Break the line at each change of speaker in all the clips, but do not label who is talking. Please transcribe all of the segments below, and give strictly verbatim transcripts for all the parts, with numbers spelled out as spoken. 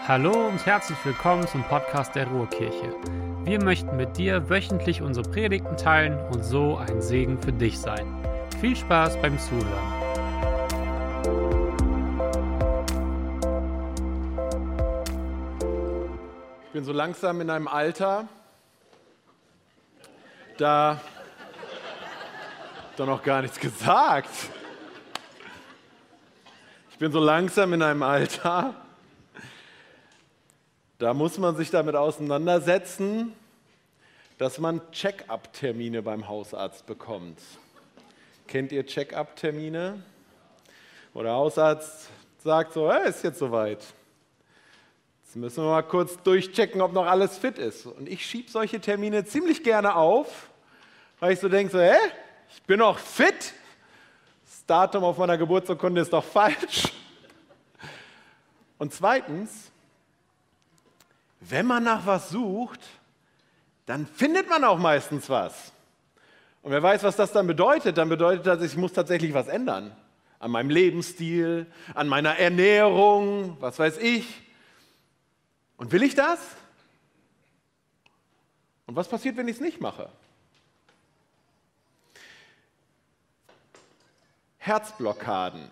Hallo und herzlich willkommen zum Podcast der Ruhrkirche. Wir möchten mit dir wöchentlich unsere Predigten teilen und so ein Segen für dich sein. Viel Spaß beim Zuhören.
Ich bin so langsam in einem Alter, da doch noch gar nichts gesagt. Ich bin so langsam in einem Alter, da muss man sich damit auseinandersetzen, dass man Check-up-Termine beim Hausarzt bekommt. Kennt ihr Check-up-Termine? Wo der Hausarzt sagt so, hey, ist jetzt soweit. Jetzt müssen wir mal kurz durchchecken, ob noch alles fit ist. Und ich schiebe solche Termine ziemlich gerne auf, weil ich so denke, so, hä, ich bin noch fit. Das Datum auf meiner Geburtsurkunde ist doch falsch. Und zweitens, wenn man nach was sucht, dann findet man auch meistens was. Und wer weiß, was das dann bedeutet, dann bedeutet das, ich muss tatsächlich was ändern. An meinem Lebensstil, an meiner Ernährung, was weiß ich. Und will ich das? Und was passiert, wenn ich es nicht mache? Herzblockaden.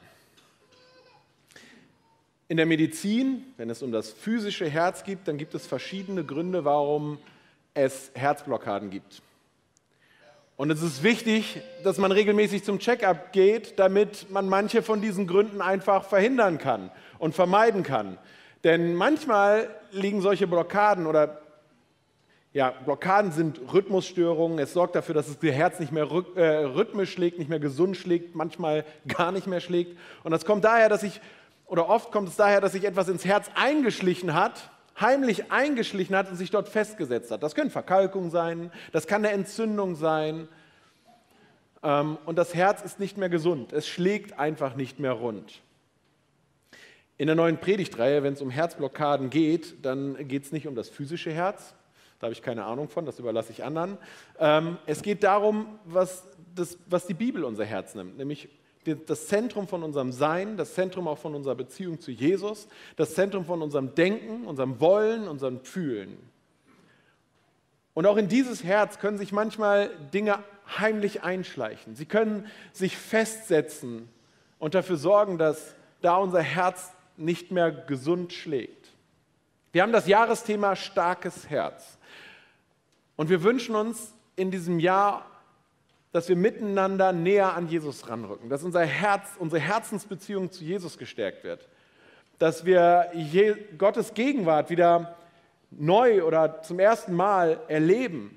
In der Medizin, wenn es um das physische Herz geht, dann gibt es verschiedene Gründe, warum es Herzblockaden gibt. Und es ist wichtig, dass man regelmäßig zum Check-up geht, damit man manche von diesen Gründen einfach verhindern kann und vermeiden kann. Denn manchmal liegen solche Blockaden oder ja, Blockaden sind Rhythmusstörungen. Es sorgt dafür, dass das Herz nicht mehr rhythmisch schlägt, nicht mehr gesund schlägt, manchmal gar nicht mehr schlägt. Und das kommt daher, dass ich Oder oft kommt es daher, dass sich etwas ins Herz eingeschlichen hat, heimlich eingeschlichen hat und sich dort festgesetzt hat. Das können Verkalkungen sein, das kann eine Entzündung sein. Und das Herz ist nicht mehr gesund. Es schlägt einfach nicht mehr rund. In der neuen Predigtreihe, wenn es um Herzblockaden geht, dann geht es nicht um das physische Herz. Da habe ich keine Ahnung von, das überlasse ich anderen. Es geht darum, was, das, was die Bibel unser Herz nimmt, nämlich das Zentrum von unserem Sein, das Zentrum auch von unserer Beziehung zu Jesus, das Zentrum von unserem Denken, unserem Wollen, unserem Fühlen. Und auch in dieses Herz können sich manchmal Dinge heimlich einschleichen. Sie können sich festsetzen und dafür sorgen, dass da unser Herz nicht mehr gesund schlägt. Wir haben das Jahresthema starkes Herz. Und wir wünschen uns in diesem Jahr, dass wir miteinander näher an Jesus ranrücken, dass unser Herz, unsere Herzensbeziehung zu Jesus gestärkt wird, dass wir Gottes Gegenwart wieder neu oder zum ersten Mal erleben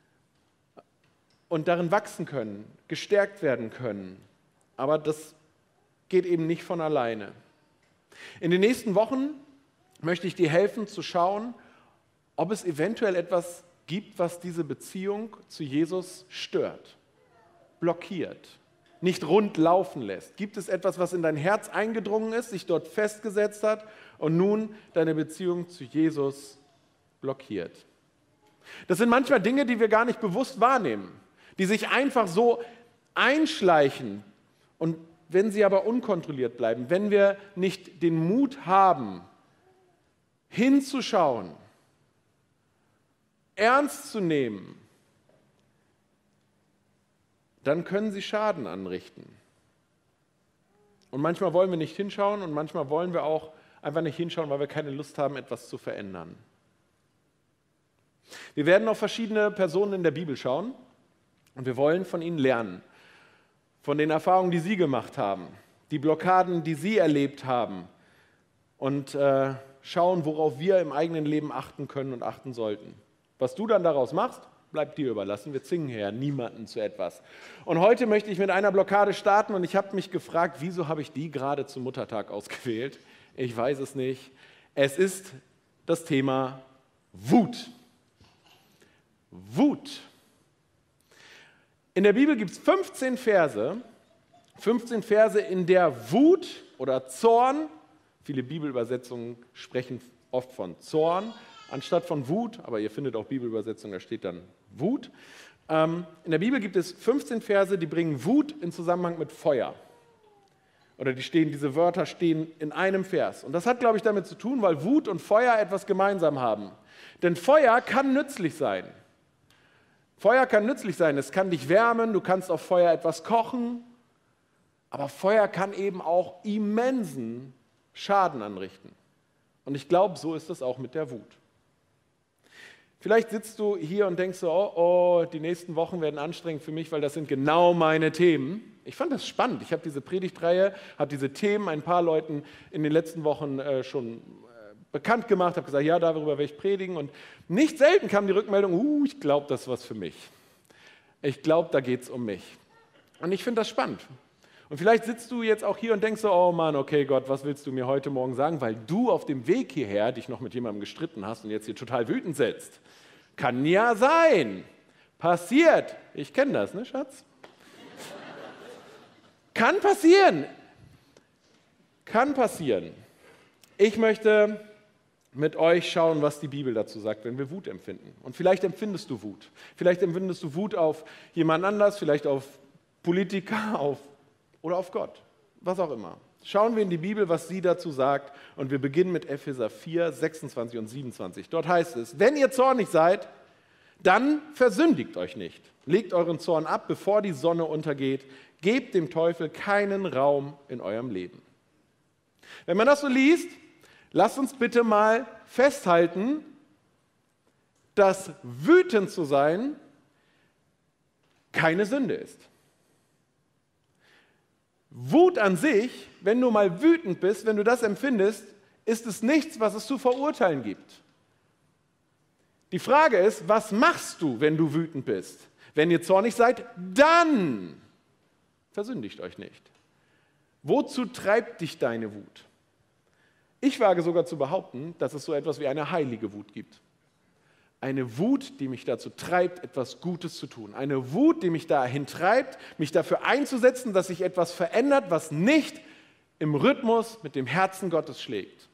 und darin wachsen können, gestärkt werden können. Aber das geht eben nicht von alleine. In den nächsten Wochen möchte ich dir helfen zu schauen, ob es eventuell etwas gibt, was diese Beziehung zu Jesus stört, blockiert, nicht rund laufen lässt. Gibt es etwas, was in dein Herz eingedrungen ist, sich dort festgesetzt hat und nun deine Beziehung zu Jesus blockiert? Das sind manchmal Dinge, die wir gar nicht bewusst wahrnehmen, die sich einfach so einschleichen. Und wenn sie aber unkontrolliert bleiben, wenn wir nicht den Mut haben, hinzuschauen, ernst zu nehmen, dann können sie Schaden anrichten. Und manchmal wollen wir nicht hinschauen und manchmal wollen wir auch einfach nicht hinschauen, weil wir keine Lust haben, etwas zu verändern. Wir werden auf verschiedene Personen in der Bibel schauen und wir wollen von ihnen lernen, von den Erfahrungen, die sie gemacht haben, die Blockaden, die sie erlebt haben und äh, schauen, worauf wir im eigenen Leben achten können und achten sollten. Was du dann daraus machst, bleibt dir überlassen. Wir zwingen hier niemanden zu etwas. Und heute möchte ich mit einer Blockade starten und ich habe mich gefragt, wieso habe ich die gerade zum Muttertag ausgewählt? Ich weiß es nicht. Es ist das Thema Wut. Wut. In der Bibel gibt es fünfzehn Verse, fünfzehn Verse, in der Wut oder Zorn, viele Bibelübersetzungen sprechen oft von Zorn, anstatt von Wut, aber ihr findet auch Bibelübersetzungen, da steht dann Wut. In der Bibel gibt es fünfzehn Verse, die bringen Wut in Zusammenhang mit Feuer. Oder die stehen, diese Wörter stehen in einem Vers. Und das hat, glaube ich, damit zu tun, weil Wut und Feuer etwas gemeinsam haben. Denn Feuer kann nützlich sein. Feuer kann nützlich sein, es kann dich wärmen, du kannst auf Feuer etwas kochen, aber Feuer kann eben auch immensen Schaden anrichten. Und ich glaube, so ist es auch mit der Wut. Vielleicht sitzt du hier und denkst so, oh, oh, die nächsten Wochen werden anstrengend für mich, weil das sind genau meine Themen. Ich fand das spannend. Ich habe diese Predigtreihe, habe diese Themen ein paar Leuten in den letzten Wochen äh, schon äh, bekannt gemacht, habe gesagt, ja, darüber werde ich predigen. Und nicht selten kam die Rückmeldung, uh, ich glaube, das ist was für mich. Ich glaube, da geht es um mich. Und ich finde das spannend. Und vielleicht sitzt du jetzt auch hier und denkst so, oh Mann, okay Gott, was willst du mir heute Morgen sagen? Weil du auf dem Weg hierher dich noch mit jemandem gestritten hast und jetzt hier total wütend sitzt. Kann ja sein. Passiert. Ich kenne das, ne Schatz? Kann passieren. Kann passieren. Ich möchte mit euch schauen, was die Bibel dazu sagt, wenn wir Wut empfinden. Und vielleicht empfindest du Wut. Vielleicht empfindest du Wut auf jemand anders, vielleicht auf Politiker, auf oder auf Gott, was auch immer. Schauen wir in die Bibel, was sie dazu sagt, und wir beginnen mit Epheser vier, sechsundzwanzig und siebenundzwanzig. Dort heißt es, wenn ihr zornig seid, dann versündigt euch nicht. Legt euren Zorn ab, bevor die Sonne untergeht. Gebt dem Teufel keinen Raum in eurem Leben. Wenn man das so liest, lasst uns bitte mal festhalten, dass wütend zu sein keine Sünde ist. Wut an sich, wenn du mal wütend bist, wenn du das empfindest, ist es nichts, was es zu verurteilen gibt. Die Frage ist, was machst du, wenn du wütend bist? Wenn ihr zornig seid, dann versündigt euch nicht. Wozu treibt dich deine Wut? Ich wage sogar zu behaupten, dass es so etwas wie eine heilige Wut gibt. Eine Wut, die mich dazu treibt, etwas Gutes zu tun. Eine Wut, die mich dahin treibt, mich dafür einzusetzen, dass sich etwas verändert, was nicht im Rhythmus mit dem Herzen Gottes schlägt.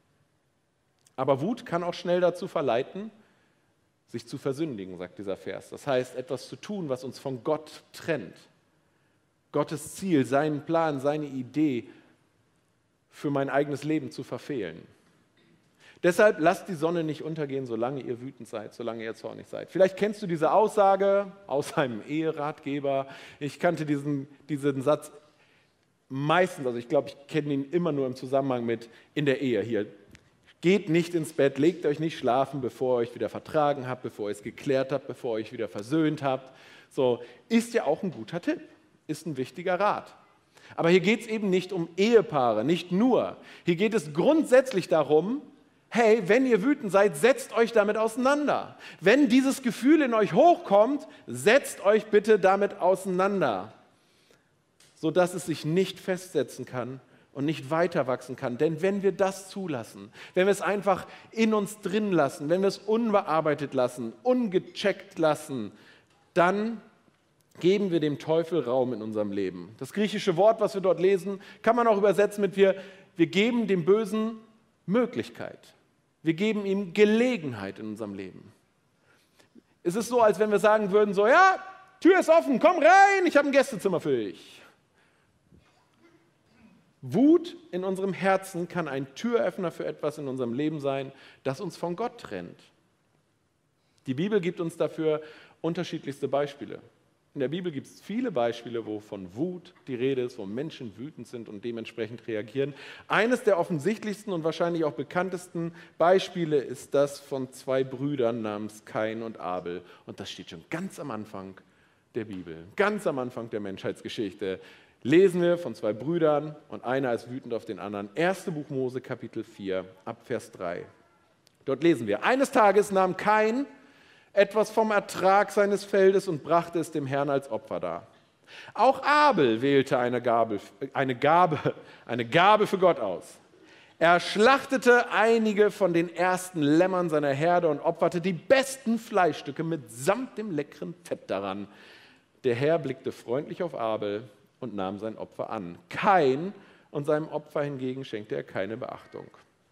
Aber Wut kann auch schnell dazu verleiten, sich zu versündigen, sagt dieser Vers. Das heißt, etwas zu tun, was uns von Gott trennt. Gottes Ziel, seinen Plan, seine Idee für mein eigenes Leben zu verfehlen. Deshalb lasst die Sonne nicht untergehen, solange ihr wütend seid, solange ihr zornig seid. Vielleicht kennst du diese Aussage aus einem Eheratgeber. Ich kannte diesen, diesen Satz meistens, also ich glaube, ich kenne ihn immer nur im Zusammenhang mit in der Ehe hier. Geht nicht ins Bett, legt euch nicht schlafen, bevor ihr euch wieder vertragen habt, bevor ihr es geklärt habt, bevor ihr euch wieder versöhnt habt. So, ist ja auch ein guter Tipp, ist ein wichtiger Rat. Aber hier geht es eben nicht um Ehepaare, nicht nur. Hier geht es grundsätzlich darum, hey, wenn ihr wütend seid, setzt euch damit auseinander. Wenn dieses Gefühl in euch hochkommt, setzt euch bitte damit auseinander, sodass es sich nicht festsetzen kann und nicht weiter wachsen kann. Denn wenn wir das zulassen, wenn wir es einfach in uns drin lassen, wenn wir es unbearbeitet lassen, ungecheckt lassen, dann geben wir dem Teufel Raum in unserem Leben. Das griechische Wort, was wir dort lesen, kann man auch übersetzen mit wir, wir geben dem Bösen Möglichkeit. Wir geben ihm Gelegenheit in unserem Leben. Es ist so, als wenn wir sagen würden, so, ja, Tür ist offen, komm rein, ich habe ein Gästezimmer für dich. Wut in unserem Herzen kann ein Türöffner für etwas in unserem Leben sein, das uns von Gott trennt. Die Bibel gibt uns dafür unterschiedlichste Beispiele. In der Bibel gibt es viele Beispiele, wo von Wut die Rede ist, wo Menschen wütend sind und dementsprechend reagieren. Eines der offensichtlichsten und wahrscheinlich auch bekanntesten Beispiele ist das von zwei Brüdern namens Kain und Abel. Und das steht schon ganz am Anfang der Bibel, ganz am Anfang der Menschheitsgeschichte. Lesen wir von zwei Brüdern und einer ist wütend auf den anderen. Erstes Buch Mose, Kapitel vier, ab Vers drei. Dort lesen wir, eines Tages nahm Kain etwas vom Ertrag seines Feldes und brachte es dem Herrn als Opfer dar. Auch Abel wählte eine Gabe, eine Gabe, eine Gabe für Gott aus. Er schlachtete einige von den ersten Lämmern seiner Herde und opferte die besten Fleischstücke mitsamt dem leckeren Fett daran. Der Herr blickte freundlich auf Abel und nahm sein Opfer an. Kain und seinem Opfer hingegen schenkte er keine Beachtung.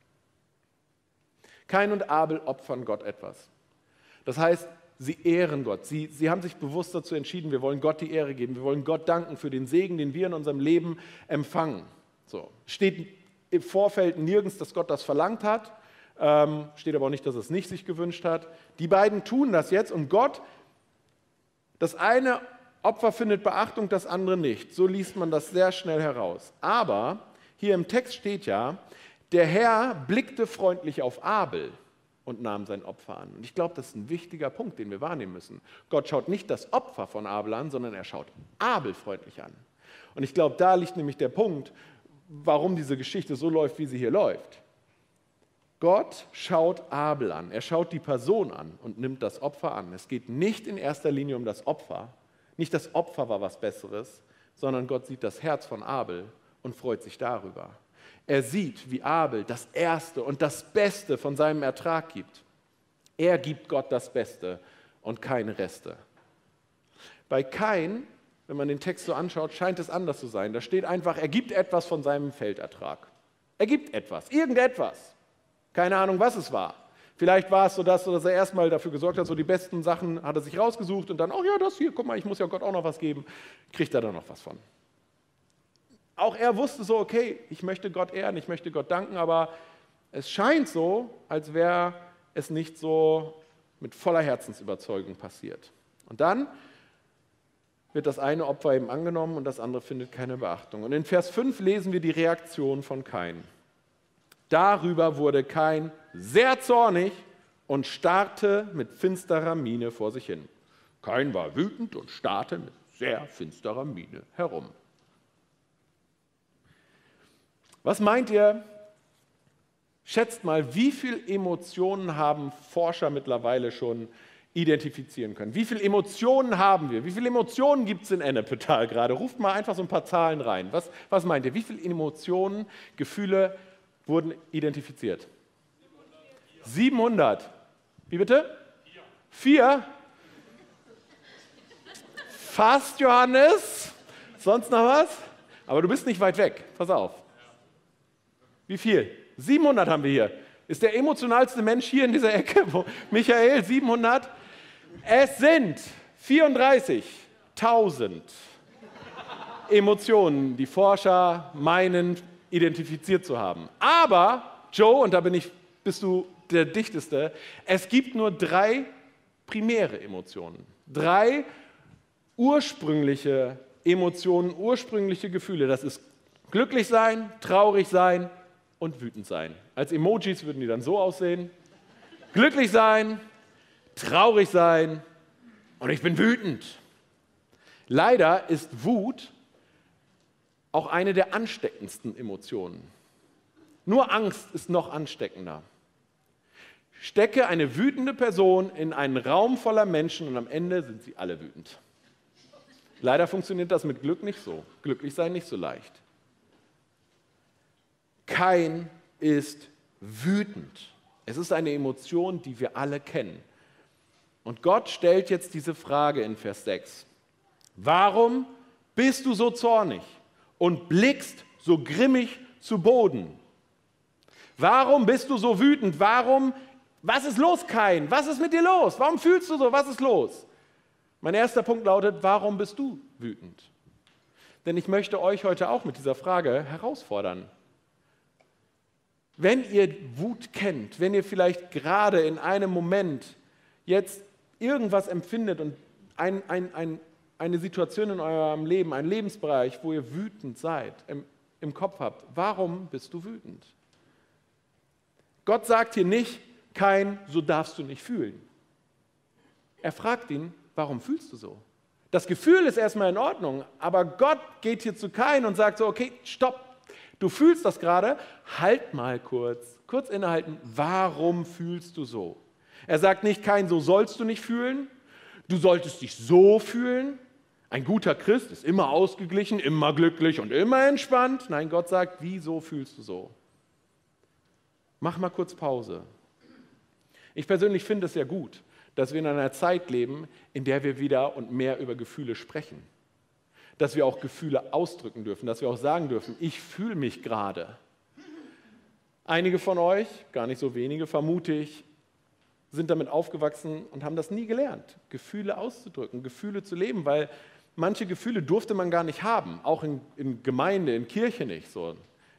Kain und Abel opfern Gott etwas. Das heißt, sie ehren Gott. Sie, sie haben sich bewusst dazu entschieden, wir wollen Gott die Ehre geben. Wir wollen Gott danken für den Segen, den wir in unserem Leben empfangen. So. Steht im Vorfeld nirgends, dass Gott das verlangt hat, ähm, steht aber auch nicht, dass er es nicht sich gewünscht hat. Die beiden tun das jetzt und Gott, das eine Opfer findet Beachtung, das andere nicht. So liest man das sehr schnell heraus. Aber hier im Text steht ja, der Herr blickte freundlich auf Abel und nahm sein Opfer an. Und ich glaube, das ist ein wichtiger Punkt, den wir wahrnehmen müssen. Gott schaut nicht das Opfer von Abel an, sondern er schaut Abel freundlich an. Und ich glaube, da liegt nämlich der Punkt, warum diese Geschichte so läuft, wie sie hier läuft. Gott schaut Abel an, er schaut die Person an und nimmt das Opfer an. Es geht nicht in erster Linie um das Opfer, nicht das Opfer war was Besseres, sondern Gott sieht das Herz von Abel und freut sich darüber. Er sieht, wie Abel das Erste und das Beste von seinem Ertrag gibt. Er gibt Gott das Beste und keine Reste. Bei Kain, wenn man den Text so anschaut, scheint es anders zu sein. Da steht einfach, er gibt etwas von seinem Feldertrag. Er gibt etwas, irgendetwas. Keine Ahnung, was es war. Vielleicht war es so, dass, dass er erstmal dafür gesorgt hat, so die besten Sachen hat er sich rausgesucht und dann, oh ja, das hier, guck mal, ich muss ja Gott auch noch was geben, kriegt er da noch was von. Auch er wusste so, okay, ich möchte Gott ehren, ich möchte Gott danken, aber es scheint so, als wäre es nicht so mit voller Herzensüberzeugung passiert. Und dann wird das eine Opfer eben angenommen und das andere findet keine Beachtung. Und in Vers fünf lesen wir die Reaktion von Kain. Darüber wurde Kain sehr zornig und starrte mit finsterer Miene vor sich hin. Kain war wütend und starrte mit sehr finsterer Miene herum. Was meint ihr? Schätzt mal, wie viele Emotionen haben Forscher mittlerweile schon identifizieren können? Wie viele Emotionen haben wir? Wie viele Emotionen gibt es in Ennepetal gerade? Ruft mal einfach so ein paar Zahlen rein. Was, was meint ihr? Wie viele Emotionen, Gefühle wurden identifiziert? siebenhundert. Wie bitte? Vier. Fast, Johannes. Sonst noch was? Aber du bist nicht weit weg. Pass auf. Wie viel? siebenhundert haben wir hier. Ist der emotionalste Mensch hier in dieser Ecke? Michael, siebenhundert? Es sind vierunddreißigtausend Emotionen, die Forscher meinen, identifiziert zu haben. Aber, Joe, und da bin ich, bist du der Dichteste, es gibt nur drei primäre Emotionen. Drei ursprüngliche Emotionen, ursprüngliche Gefühle. Das ist glücklich sein, traurig sein und wütend sein. Als Emojis würden die dann so aussehen. Glücklich sein, traurig sein und ich bin wütend. Leider ist Wut auch eine der ansteckendsten Emotionen. Nur Angst ist noch ansteckender. Stecke eine wütende Person in einen Raum voller Menschen und am Ende sind sie alle wütend. Leider funktioniert das mit Glück nicht so. Glücklich sein nicht so leicht. Kain ist wütend. Es ist eine Emotion, die wir alle kennen. Und Gott stellt jetzt diese Frage in Vers sechs. Warum bist du so zornig und blickst so grimmig zu Boden? Warum bist du so wütend? Warum, was ist los, Kain? Was ist mit dir los? Warum fühlst du so? Was ist los? Mein erster Punkt lautet, warum bist du wütend? Denn ich möchte euch heute auch mit dieser Frage herausfordern. Wenn ihr Wut kennt, wenn ihr vielleicht gerade in einem Moment jetzt irgendwas empfindet und ein, ein, ein, eine Situation in eurem Leben, einen Lebensbereich, wo ihr wütend seid, im, im Kopf habt, warum bist du wütend? Gott sagt hier nicht, Kain, so darfst du nicht fühlen. Er fragt ihn, warum fühlst du so? Das Gefühl ist erstmal in Ordnung, aber Gott geht hier zu Kain und sagt so, okay, stopp, du fühlst das gerade, halt mal kurz, kurz innehalten, warum fühlst du so? Er sagt nicht, Kain, so sollst du nicht fühlen, du solltest dich so fühlen. Ein guter Christ ist immer ausgeglichen, immer glücklich und immer entspannt. Nein, Gott sagt, wieso fühlst du so? Mach mal kurz Pause. Ich persönlich finde es ja gut, dass wir in einer Zeit leben, in der wir wieder und mehr über Gefühle sprechen. Dass wir auch Gefühle ausdrücken dürfen, dass wir auch sagen dürfen, ich fühle mich gerade. Einige von euch, gar nicht so wenige, vermute ich, sind damit aufgewachsen und haben das nie gelernt, Gefühle auszudrücken, Gefühle zu leben, weil manche Gefühle durfte man gar nicht haben, auch in, in Gemeinde, in Kirche nicht. So.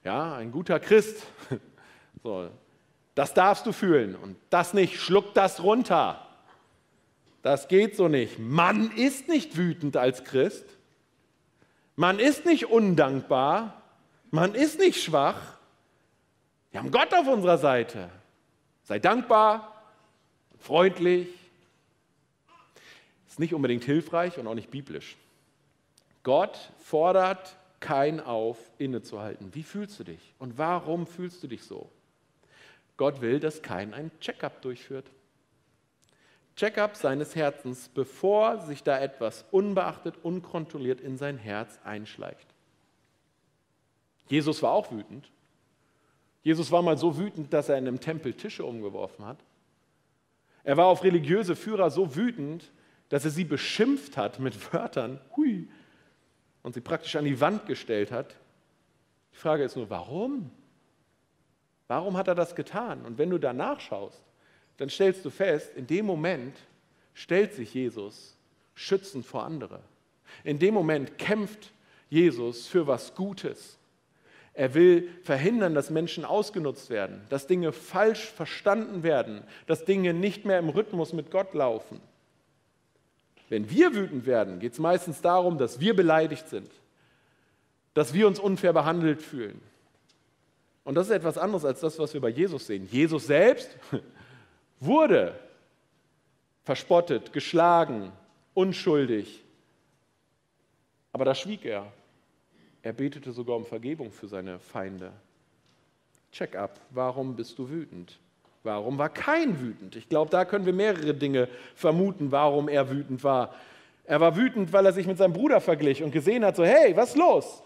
Ja, ein guter Christ. So, das darfst du fühlen und das nicht, schluck das runter. Das geht so nicht. Man ist nicht wütend als Christ. Man ist nicht undankbar. Man ist nicht schwach. Wir haben Gott auf unserer Seite. Sei dankbar, freundlich. Ist nicht unbedingt hilfreich und auch nicht biblisch. Gott fordert Kain auf, innezuhalten. Wie fühlst du dich? Und warum fühlst du dich so? Gott will, dass Kain ein Check-up durchführt. Check-up seines Herzens, bevor sich da etwas unbeachtet, unkontrolliert in sein Herz einschleicht. Jesus war auch wütend. Jesus war mal so wütend, dass er in einem Tempel Tische umgeworfen hat. Er war auf religiöse Führer so wütend, dass er sie beschimpft hat mit Wörtern, hui, und sie praktisch an die Wand gestellt hat. Die Frage ist nur, warum? Warum hat er das getan? Und wenn du danach schaust, dann stellst du fest, in dem Moment stellt sich Jesus schützend vor andere. In dem Moment kämpft Jesus für was Gutes. Er will verhindern, dass Menschen ausgenutzt werden, dass Dinge falsch verstanden werden, dass Dinge nicht mehr im Rhythmus mit Gott laufen. Wenn wir wütend werden, geht es meistens darum, dass wir beleidigt sind, dass wir uns unfair behandelt fühlen. Und das ist etwas anderes als das, was wir bei Jesus sehen. Jesus selbst wurde verspottet, geschlagen, unschuldig. Aber da schwieg er. Er betete sogar um Vergebung für seine Feinde. Check up, warum bist du wütend? Warum war Kain wütend? Ich glaube, da können wir mehrere Dinge vermuten, warum er wütend war. Er war wütend, weil er sich mit seinem Bruder verglich und gesehen hat, so, hey, was ist los?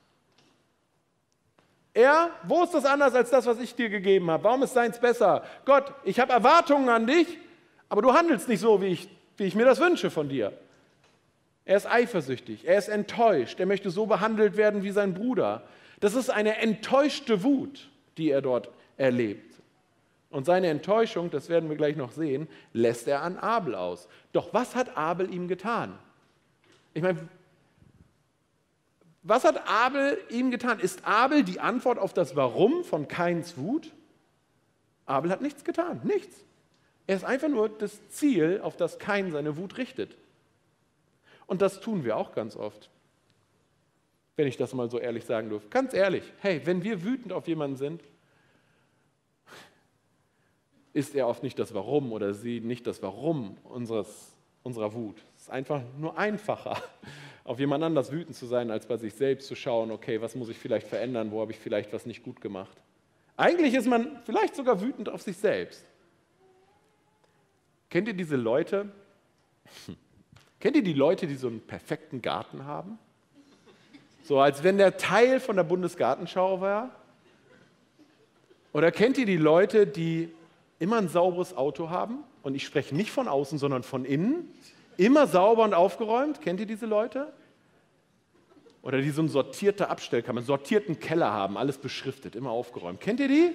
Er, wo ist das anders als das, was ich dir gegeben habe? Warum ist seins besser? Gott, ich habe Erwartungen an dich, aber du handelst nicht so, wie ich, wie ich mir das wünsche von dir. Er ist eifersüchtig, er ist enttäuscht, er möchte so behandelt werden wie sein Bruder. Das ist eine enttäuschte Wut, die er dort erlebt. Und seine Enttäuschung, das werden wir gleich noch sehen, lässt er an Abel aus. Doch was hat Abel ihm getan? Ich meine, was hat Abel ihm getan? Ist Abel die Antwort auf das Warum von Kains Wut? Abel hat nichts getan, nichts. Er ist einfach nur das Ziel, auf das Kain seine Wut richtet. Und das tun wir auch ganz oft, wenn ich das mal so ehrlich sagen darf. Ganz ehrlich, hey, wenn wir wütend auf jemanden sind, ist er oft nicht das Warum oder sie nicht das Warum unseres, unserer Wut. Es ist einfach nur einfacher, auf jemand anders wütend zu sein, als bei sich selbst zu schauen, okay, was muss ich vielleicht verändern, wo habe ich vielleicht was nicht gut gemacht. Eigentlich ist man vielleicht sogar wütend auf sich selbst. Kennt ihr diese Leute? Kennt ihr die Leute, die so einen perfekten Garten haben? So als wenn der Teil von der Bundesgartenschau war? Oder kennt ihr die Leute, die immer ein sauberes Auto haben? Und ich spreche nicht von außen, sondern von innen. Immer sauber und aufgeräumt. Kennt ihr diese Leute? Oder die so eine sortierte Abstellkammer, einen sortierten Keller haben, alles beschriftet, immer aufgeräumt. Kennt ihr die?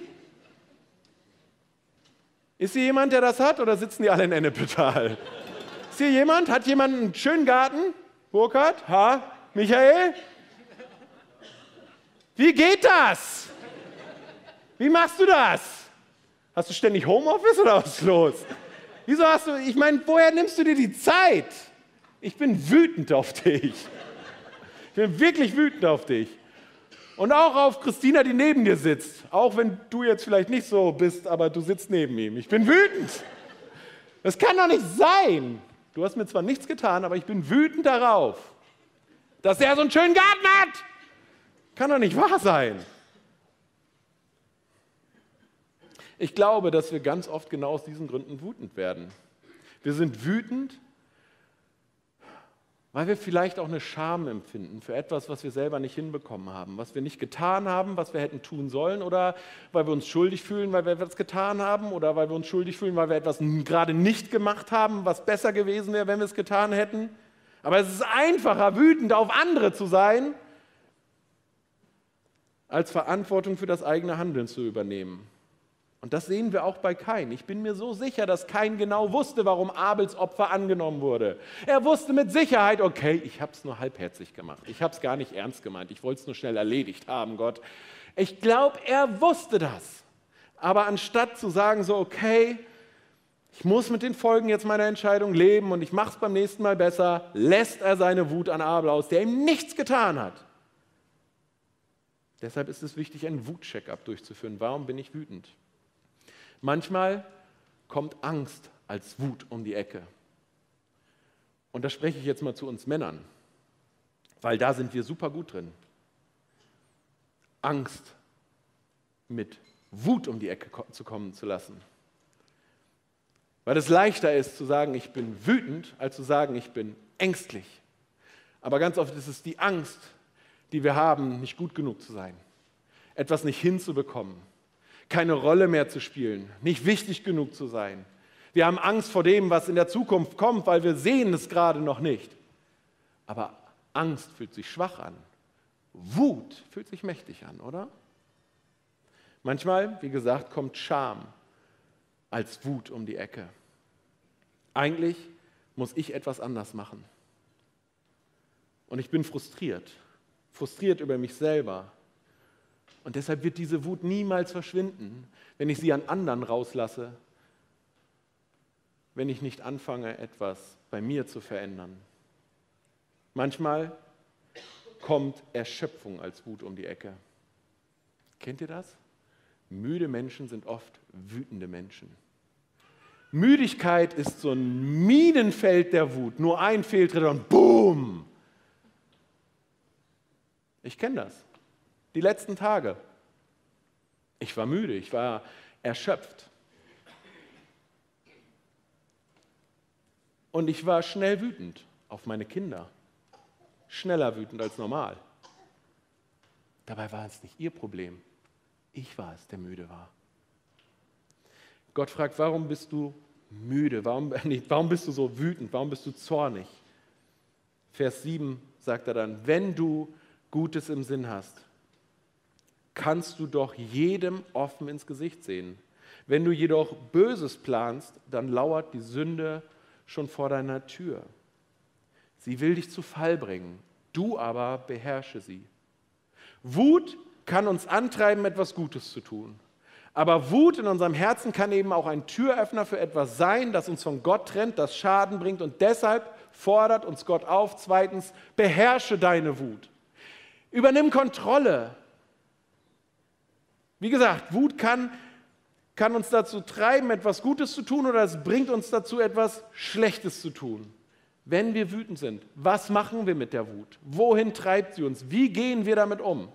Ist hier jemand, der das hat, oder sitzen die alle in Ennepetal? Ist hier jemand? Hat jemand einen schönen Garten? Burkhard? Ha? Michael? Wie geht das? Wie machst du das? Hast du ständig Homeoffice oder was ist los? Wieso hast du, ich meine, woher nimmst du dir die Zeit? Ich bin wütend auf dich. Ich bin wirklich wütend auf dich. Und auch auf Christina, die neben dir sitzt. Auch wenn du jetzt vielleicht nicht so bist, aber du sitzt neben ihm. Ich bin wütend. Das kann doch nicht sein. Du hast mir zwar nichts getan, aber ich bin wütend darauf, dass er so einen schönen Garten hat. Kann doch nicht wahr sein. Ich glaube, dass wir ganz oft genau aus diesen Gründen wütend werden. Wir sind wütend, weil wir vielleicht auch eine Scham empfinden für etwas, was wir selber nicht hinbekommen haben, was wir nicht getan haben, was wir hätten tun sollen, oder weil wir uns schuldig fühlen, weil wir etwas getan haben, oder weil wir uns schuldig fühlen, weil wir etwas gerade nicht gemacht haben, was besser gewesen wäre, wenn wir es getan hätten. Aber es ist einfacher, wütend auf andere zu sein, als Verantwortung für das eigene Handeln zu übernehmen. Und das sehen wir auch bei Kain. Ich bin mir so sicher, dass Kain genau wusste, warum Abels Opfer angenommen wurde. Er wusste mit Sicherheit, okay, ich habe es nur halbherzig gemacht. Ich habe es gar nicht ernst gemeint. Ich wollte es nur schnell erledigt haben, Gott. Ich glaube, er wusste das. Aber anstatt zu sagen, so, okay, ich muss mit den Folgen jetzt meiner Entscheidung leben und ich mache es beim nächsten Mal besser, lässt er seine Wut an Abel aus, der ihm nichts getan hat. Deshalb ist es wichtig, einen Wut-Check-up durchzuführen. Warum bin ich wütend? Manchmal kommt Angst als Wut um die Ecke. Und da spreche ich jetzt mal zu uns Männern, weil da sind wir super gut drin. Angst mit Wut um die Ecke zu kommen zu lassen. Weil es leichter ist zu sagen, ich bin wütend, als zu sagen, ich bin ängstlich. Aber ganz oft ist es die Angst, die wir haben, nicht gut genug zu sein, etwas nicht hinzubekommen, keine Rolle mehr zu spielen, nicht wichtig genug zu sein. Wir haben Angst vor dem, was in der Zukunft kommt, weil wir sehen es gerade noch nicht. Aber Angst fühlt sich schwach an. Wut fühlt sich mächtig an, oder? Manchmal, wie gesagt, kommt Scham als Wut um die Ecke. Eigentlich muss ich etwas anders machen. Und ich bin frustriert. Frustriert über mich selber. Und deshalb wird diese Wut niemals verschwinden, wenn ich sie an anderen rauslasse, wenn ich nicht anfange, etwas bei mir zu verändern. Manchmal kommt Erschöpfung als Wut um die Ecke. Kennt ihr das? Müde Menschen sind oft wütende Menschen. Müdigkeit ist so ein Minenfeld der Wut. Nur ein Fehltritt und boom! Ich kenne das. Die letzten Tage. Ich war müde, ich war erschöpft. Und ich war schnell wütend auf meine Kinder. Schneller wütend als normal. Dabei war es nicht ihr Problem. Ich war es, der müde war. Gott fragt, warum bist du müde? Warum, nee, warum bist du so wütend? Warum bist du zornig? Vers sieben sagt er dann, wenn du Gutes im Sinn hast, kannst du doch jedem offen ins Gesicht sehen. Wenn du jedoch Böses planst, dann lauert die Sünde schon vor deiner Tür. Sie will dich zu Fall bringen, du aber beherrsche sie. Wut kann uns antreiben, etwas Gutes zu tun. Aber Wut in unserem Herzen kann eben auch ein Türöffner für etwas sein, das uns von Gott trennt, das Schaden bringt. Und deshalb fordert uns Gott auf, zweitens, beherrsche deine Wut. Übernimm Kontrolle. Wie gesagt, Wut kann, kann uns dazu treiben, etwas Gutes zu tun, oder es bringt uns dazu, etwas Schlechtes zu tun. Wenn wir wütend sind, was machen wir mit der Wut? Wohin treibt sie uns? Wie gehen wir damit um?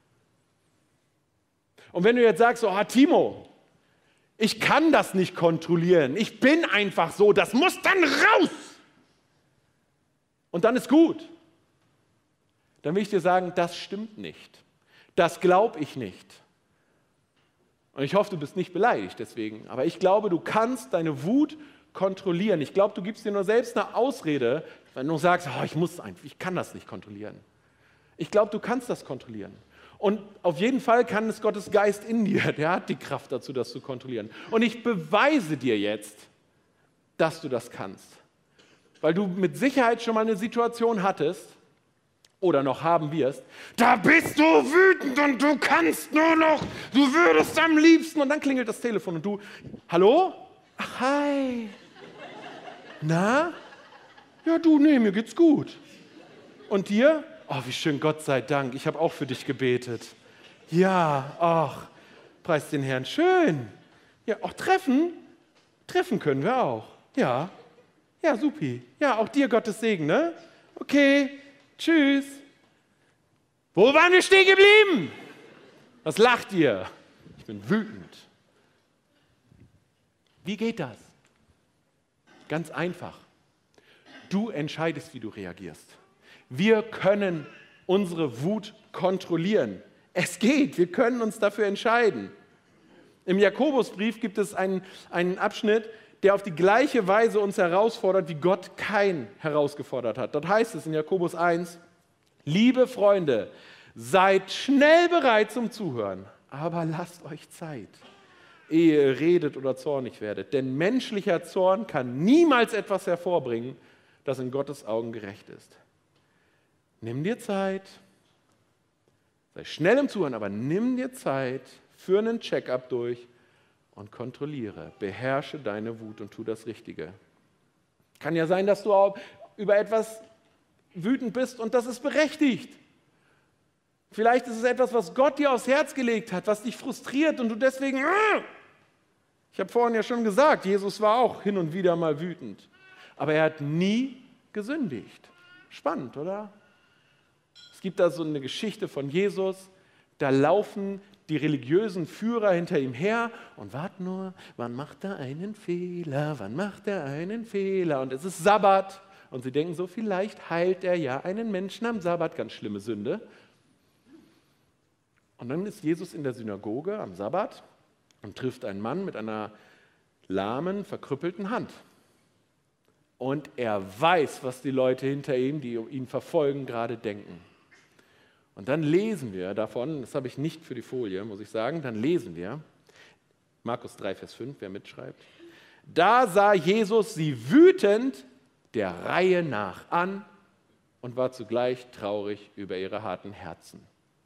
Und wenn du jetzt sagst, oh Timo, ich kann das nicht kontrollieren, ich bin einfach so, das muss dann raus. Und dann ist gut. Dann will ich dir sagen, das stimmt nicht. Das glaube ich nicht. Und ich hoffe, du bist nicht beleidigt deswegen. Aber ich glaube, du kannst deine Wut kontrollieren. Ich glaube, du gibst dir nur selbst eine Ausrede, wenn du sagst, oh, ich muss einfach, ich kann das nicht kontrollieren. Ich glaube, du kannst das kontrollieren. Und auf jeden Fall kann es Gottes Geist in dir, der hat die Kraft dazu, das zu kontrollieren. Und ich beweise dir jetzt, dass du das kannst. Weil du mit Sicherheit schon mal eine Situation hattest, oder noch haben wirst, da bist du wütend und du kannst nur noch, du würdest am liebsten, und dann klingelt das Telefon und du, hallo? Ach, hi. Na? Ja, du, nee, mir geht's gut. Und dir? Oh, wie schön, Gott sei Dank, ich habe auch für dich gebetet. Ja, ach, preis den Herrn, schön. Ja, auch treffen? Treffen können wir auch. Ja, ja, supi. Ja, auch dir Gottes Segen, ne? Okay. Tschüss. Wo waren wir stehen geblieben? Was lacht ihr? Ich bin wütend. Wie geht das? Ganz einfach. Du entscheidest, wie du reagierst. Wir können unsere Wut kontrollieren. Es geht, wir können uns dafür entscheiden. Im Jakobusbrief gibt es einen, einen Abschnitt, der auf die gleiche Weise uns herausfordert, wie Gott Kain herausgefordert hat. Dort heißt es in Jakobus eins, liebe Freunde, seid schnell bereit zum Zuhören, aber lasst euch Zeit. ehe ihr redet oder zornig werdet. Denn menschlicher Zorn kann niemals etwas hervorbringen, das in Gottes Augen gerecht ist. Nimm dir Zeit, sei schnell im Zuhören, aber nimm dir Zeit, führe einen Check-up durch und kontrolliere, beherrsche deine Wut und tu das Richtige. Kann ja sein, dass du auch über etwas wütend bist und das ist berechtigt. Vielleicht ist es etwas, was Gott dir aufs Herz gelegt hat, was dich frustriert und du deswegen... Ich habe vorhin ja schon gesagt, Jesus war auch hin und wieder mal wütend, aber er hat nie gesündigt. Spannend, oder? Es gibt da so eine Geschichte von Jesus, da laufen die religiösen Führer hinter ihm her und warten nur, wann macht er einen Fehler, wann macht er einen Fehler? Und es ist Sabbat und sie denken so, vielleicht heilt er ja einen Menschen am Sabbat, ganz schlimme Sünde. Und dann ist Jesus in der Synagoge am Sabbat und trifft einen Mann mit einer lahmen, verkrüppelten Hand. Und er weiß, was die Leute hinter ihm, die ihn verfolgen, gerade denken. Und dann lesen wir davon, das habe ich nicht für die Folie, muss ich sagen, dann lesen wir, Markus drei, Vers fünf, wer mitschreibt, da sah Jesus sie wütend der Reihe nach an und war zugleich traurig über ihre harten Herzen.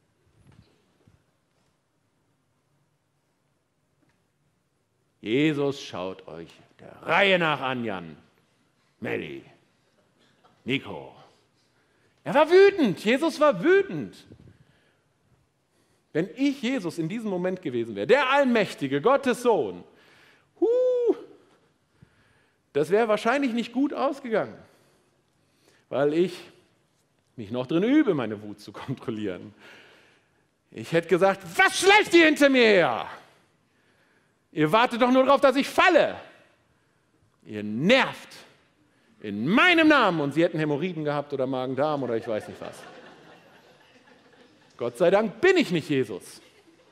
Jesus schaut euch der Reihe nach an, Jan, Melli, Nico. Er war wütend, Jesus war wütend. Wenn ich Jesus in diesem Moment gewesen wäre, der Allmächtige, Gottes Sohn, huh, das wäre wahrscheinlich nicht gut ausgegangen, weil ich mich noch drin übe, meine Wut zu kontrollieren. Ich hätte gesagt, was schleift ihr hinter mir her? Ihr wartet doch nur darauf, dass ich falle. Ihr nervt. In meinem Namen. Und sie hätten Hämorrhoiden gehabt oder Magen-Darm oder ich weiß nicht was. Gott sei Dank bin ich nicht Jesus.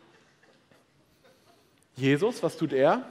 Jesus, was tut er?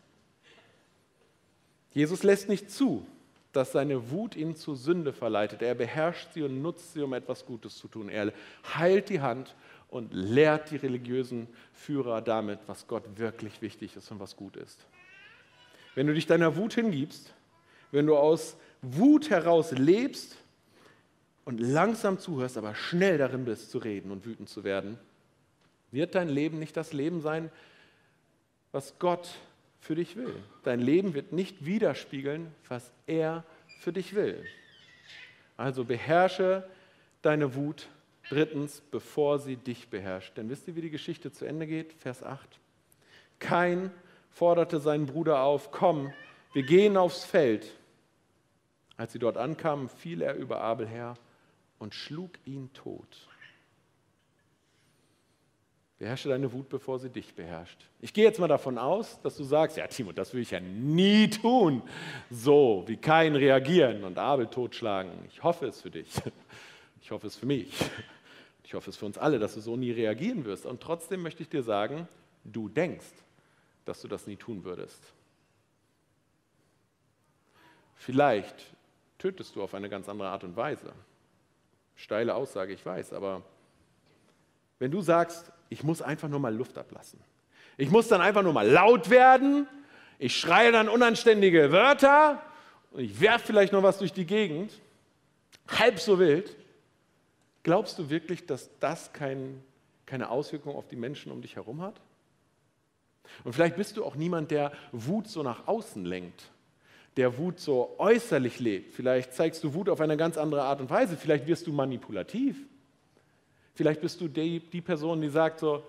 Jesus lässt nicht zu, dass seine Wut ihn zur Sünde verleitet. Er beherrscht sie und nutzt sie, um etwas Gutes zu tun. Er heilt die Hand und lehrt die religiösen Führer damit, was Gott wirklich wichtig ist und was gut ist. Wenn du dich deiner Wut hingibst, wenn du aus Wut heraus lebst und langsam zuhörst, aber schnell darin bist zu reden und wütend zu werden, wird dein Leben nicht das Leben sein, was Gott für dich will. Dein Leben wird nicht widerspiegeln, was er für dich will. Also beherrsche deine Wut. Drittens, bevor sie dich beherrscht. Denn wisst ihr, wie die Geschichte zu Ende geht? Vers acht. Kain forderte seinen Bruder auf, komm, wir gehen aufs Feld. Als sie dort ankamen, fiel er über Abel her und schlug ihn tot. Beherrsche deine Wut, bevor sie dich beherrscht. Ich gehe jetzt mal davon aus, dass du sagst, ja Timo, das will ich ja nie tun. So, wie Kain reagieren und Abel totschlagen. Ich hoffe es für dich. Ich hoffe es für mich. Ich hoffe es für uns alle, dass du so nie reagieren wirst. Und trotzdem möchte ich dir sagen, du denkst, dass du das nie tun würdest. Vielleicht tötest du auf eine ganz andere Art und Weise. Steile Aussage, ich weiß, aber wenn du sagst, ich muss einfach nur mal Luft ablassen, ich muss dann einfach nur mal laut werden, ich schreie dann unanständige Wörter und ich werfe vielleicht noch was durch die Gegend, halb so wild, glaubst du wirklich, dass das kein, keine Auswirkung auf die Menschen um dich herum hat? Und vielleicht bist du auch niemand, der Wut so nach außen lenkt, der Wut so äußerlich lebt. Vielleicht zeigst du Wut auf eine ganz andere Art und Weise. Vielleicht wirst du manipulativ. Vielleicht bist du die, die Person, die sagt so,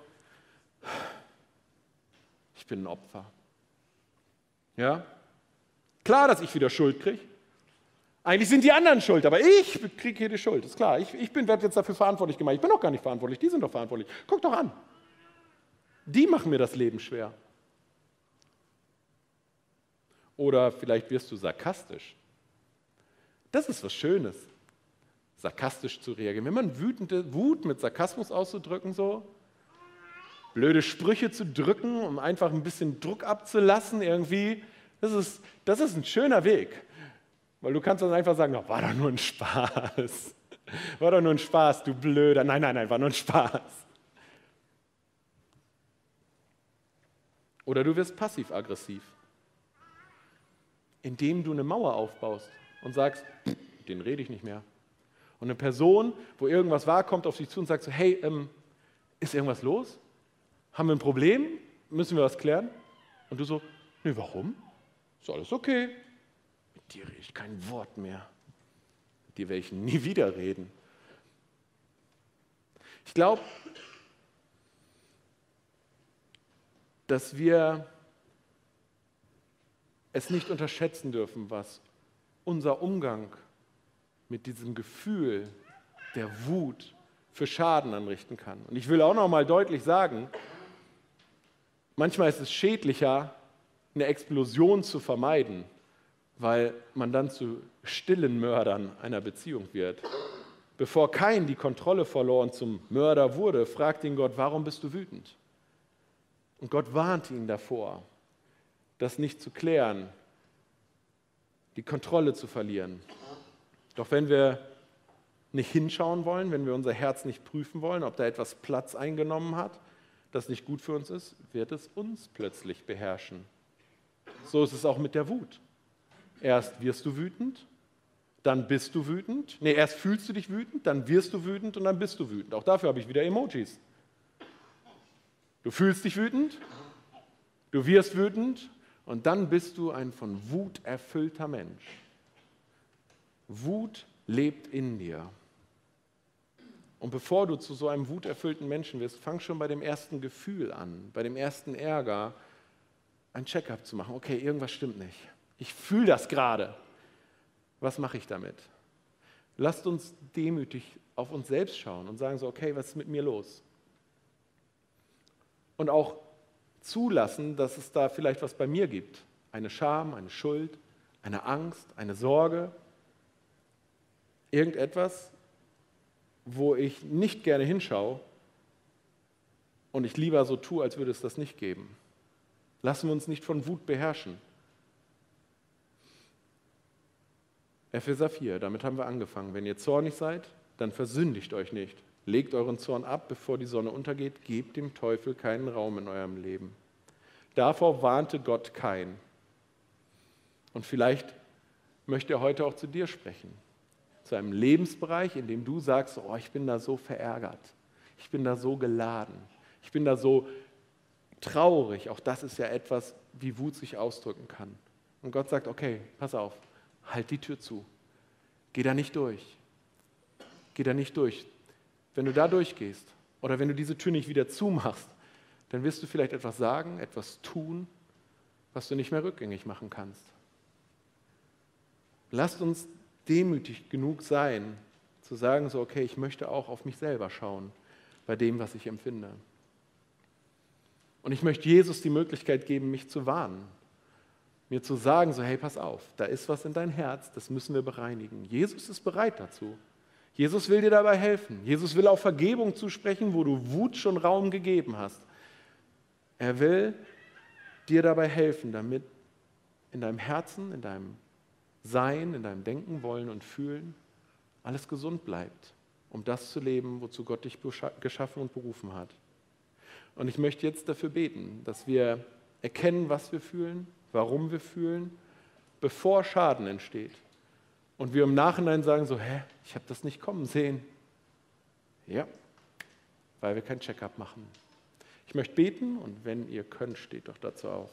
ich bin ein Opfer. Ja? Klar, dass ich wieder Schuld kriege. Eigentlich sind die anderen schuld, aber ich kriege hier die Schuld. Ist klar, ich, ich bin werde jetzt dafür verantwortlich gemacht. Ich bin doch gar nicht verantwortlich, die sind doch verantwortlich. Guck doch an. Die machen mir das Leben schwer. Oder vielleicht wirst du sarkastisch. Das ist was Schönes, sarkastisch zu reagieren. Wenn man wütende Wut mit Sarkasmus auszudrücken, so blöde Sprüche zu drücken, um einfach ein bisschen Druck abzulassen, irgendwie, das ist, das ist ein schöner Weg. Weil du kannst dann einfach sagen, oh, war doch nur ein Spaß. War doch nur ein Spaß, du Blöder. Nein, nein, nein, war nur ein Spaß. Oder du wirst passiv-aggressiv, indem du eine Mauer aufbaust und sagst, mit denen rede ich nicht mehr. Und eine Person, wo irgendwas war, kommt auf dich zu und sagt so, hey, ähm, ist irgendwas los? Haben wir ein Problem? Müssen wir was klären? Und du so, nee, warum? Ist alles okay. Mit dir rede ich kein Wort mehr. Mit dir werde ich nie wieder reden. Ich glaube, dass wir es nicht unterschätzen dürfen, was unser Umgang mit diesem Gefühl der Wut für Schaden anrichten kann. Und ich will auch noch mal deutlich sagen, manchmal ist es schädlicher, eine Explosion zu vermeiden, weil man dann zu stillen Mördern einer Beziehung wird. Bevor Kain die Kontrolle verlor und zum Mörder wurde, fragte ihn Gott, warum bist du wütend? Und Gott warnte ihn davor, das nicht zu klären, die Kontrolle zu verlieren. Doch wenn wir nicht hinschauen wollen, wenn wir unser Herz nicht prüfen wollen, ob da etwas Platz eingenommen hat, das nicht gut für uns ist, wird es uns plötzlich beherrschen. So ist es auch mit der Wut. Erst wirst du wütend, dann bist du wütend. Nee, erst fühlst du dich wütend, dann wirst du wütend und dann bist du wütend. Auch dafür habe ich wieder Emojis. Du fühlst dich wütend, du wirst wütend und dann bist du ein von Wut erfüllter Mensch. Wut lebt in dir. Und bevor du zu so einem wuterfüllten Menschen wirst, fang schon bei dem ersten Gefühl an, bei dem ersten Ärger, ein Check-up zu machen. Okay, irgendwas stimmt nicht. Ich fühle das gerade. Was mache ich damit? Lasst uns demütig auf uns selbst schauen und sagen so, okay, was ist mit mir los? Und auch zulassen, dass es da vielleicht was bei mir gibt. Eine Scham, eine Schuld, eine Angst, eine Sorge. Irgendetwas, wo ich nicht gerne hinschaue und ich lieber so tue, als würde es das nicht geben. Lassen wir uns nicht von Wut beherrschen. Epheser vier, damit haben wir angefangen. Wenn ihr zornig seid, dann versündigt euch nicht. Legt euren Zorn ab, bevor die Sonne untergeht. Gebt dem Teufel keinen Raum in eurem Leben. Davor warnte Gott Kain. Und vielleicht möchte er heute auch zu dir sprechen. Zu einem Lebensbereich, in dem du sagst, oh, ich bin da so verärgert. Ich bin da so geladen. Ich bin da so traurig. Auch das ist ja etwas, wie Wut sich ausdrücken kann. Und Gott sagt, okay, pass auf, halt die Tür zu. Geh da nicht durch. Geh da nicht durch. Wenn du da durchgehst oder wenn du diese Tür nicht wieder zumachst, dann wirst du vielleicht etwas sagen, etwas tun, was du nicht mehr rückgängig machen kannst. Lasst uns demütig genug sein, zu sagen, so okay, ich möchte auch auf mich selber schauen, bei dem, was ich empfinde. Und ich möchte Jesus die Möglichkeit geben, mich zu warnen, mir zu sagen, so hey, pass auf, da ist was in dein Herz, das müssen wir bereinigen. Jesus ist bereit dazu. Jesus will dir dabei helfen. Jesus will auch Vergebung zusprechen, wo du Wut schon Raum gegeben hast. Er will dir dabei helfen, damit in deinem Herzen, in deinem Sein, in deinem Denken, Wollen und Fühlen alles gesund bleibt, um das zu leben, wozu Gott dich geschaffen und berufen hat. Und ich möchte jetzt dafür beten, dass wir erkennen, was wir fühlen, warum wir fühlen, bevor Schaden entsteht. Und wir im Nachhinein sagen so, hä, ich habe das nicht kommen sehen. Ja, weil wir kein Check-up machen. Ich möchte beten und wenn ihr könnt, steht doch dazu auf.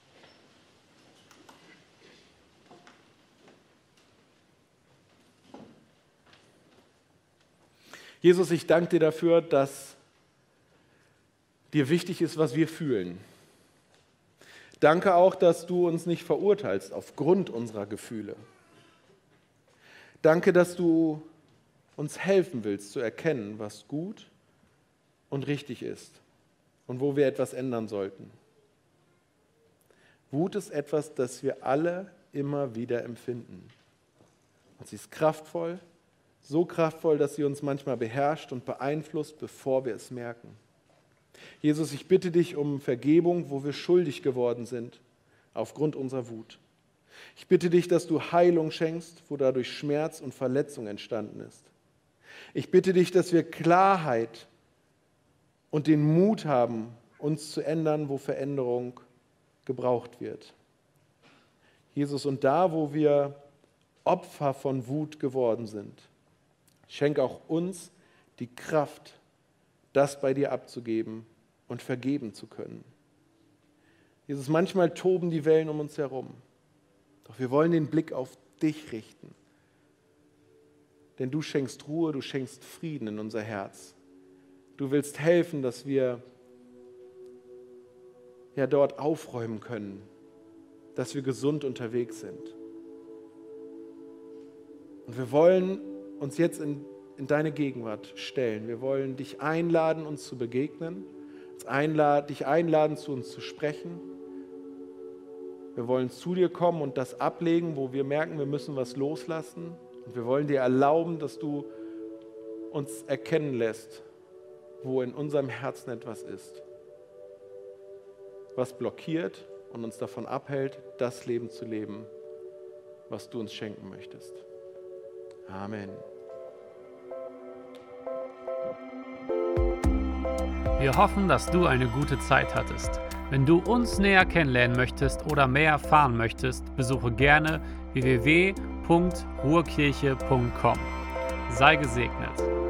Jesus, ich danke dir dafür, dass dir wichtig ist, was wir fühlen. Danke auch, dass du uns nicht verurteilst aufgrund unserer Gefühle. Danke, dass du uns helfen willst zu erkennen, was gut und richtig ist und wo wir etwas ändern sollten. Wut ist etwas, das wir alle immer wieder empfinden. Und sie ist kraftvoll, so kraftvoll, dass sie uns manchmal beherrscht und beeinflusst, bevor wir es merken. Jesus, ich bitte dich um Vergebung, wo wir schuldig geworden sind, aufgrund unserer Wut. Ich bitte dich, dass du Heilung schenkst, wo dadurch Schmerz und Verletzung entstanden ist. Ich bitte dich, dass wir Klarheit und den Mut haben, uns zu ändern, wo Veränderung gebraucht wird. Jesus, und da, wo wir Opfer von Wut geworden sind, schenk auch uns die Kraft, das bei dir abzugeben und vergeben zu können. Jesus, manchmal toben die Wellen um uns herum, doch wir wollen den Blick auf dich richten. Denn du schenkst Ruhe, du schenkst Frieden in unser Herz. Du willst helfen, dass wir ja dort aufräumen können, dass wir gesund unterwegs sind. Und wir wollen uns jetzt in, in deine Gegenwart stellen. Wir wollen dich einladen, uns zu begegnen, uns einladen, dich einladen, zu uns zu sprechen. Wir wollen zu dir kommen und das ablegen, wo wir merken, wir müssen was loslassen. Und wir wollen dir erlauben, dass du uns erkennen lässt, wo in unserem Herzen etwas ist, was blockiert und uns davon abhält, das Leben zu leben, was du uns schenken möchtest. Amen.
Wir hoffen, dass du eine gute Zeit hattest. Wenn du uns näher kennenlernen möchtest oder mehr erfahren möchtest, besuche gerne w w w punkt ruhrkirche punkt com. Sei gesegnet.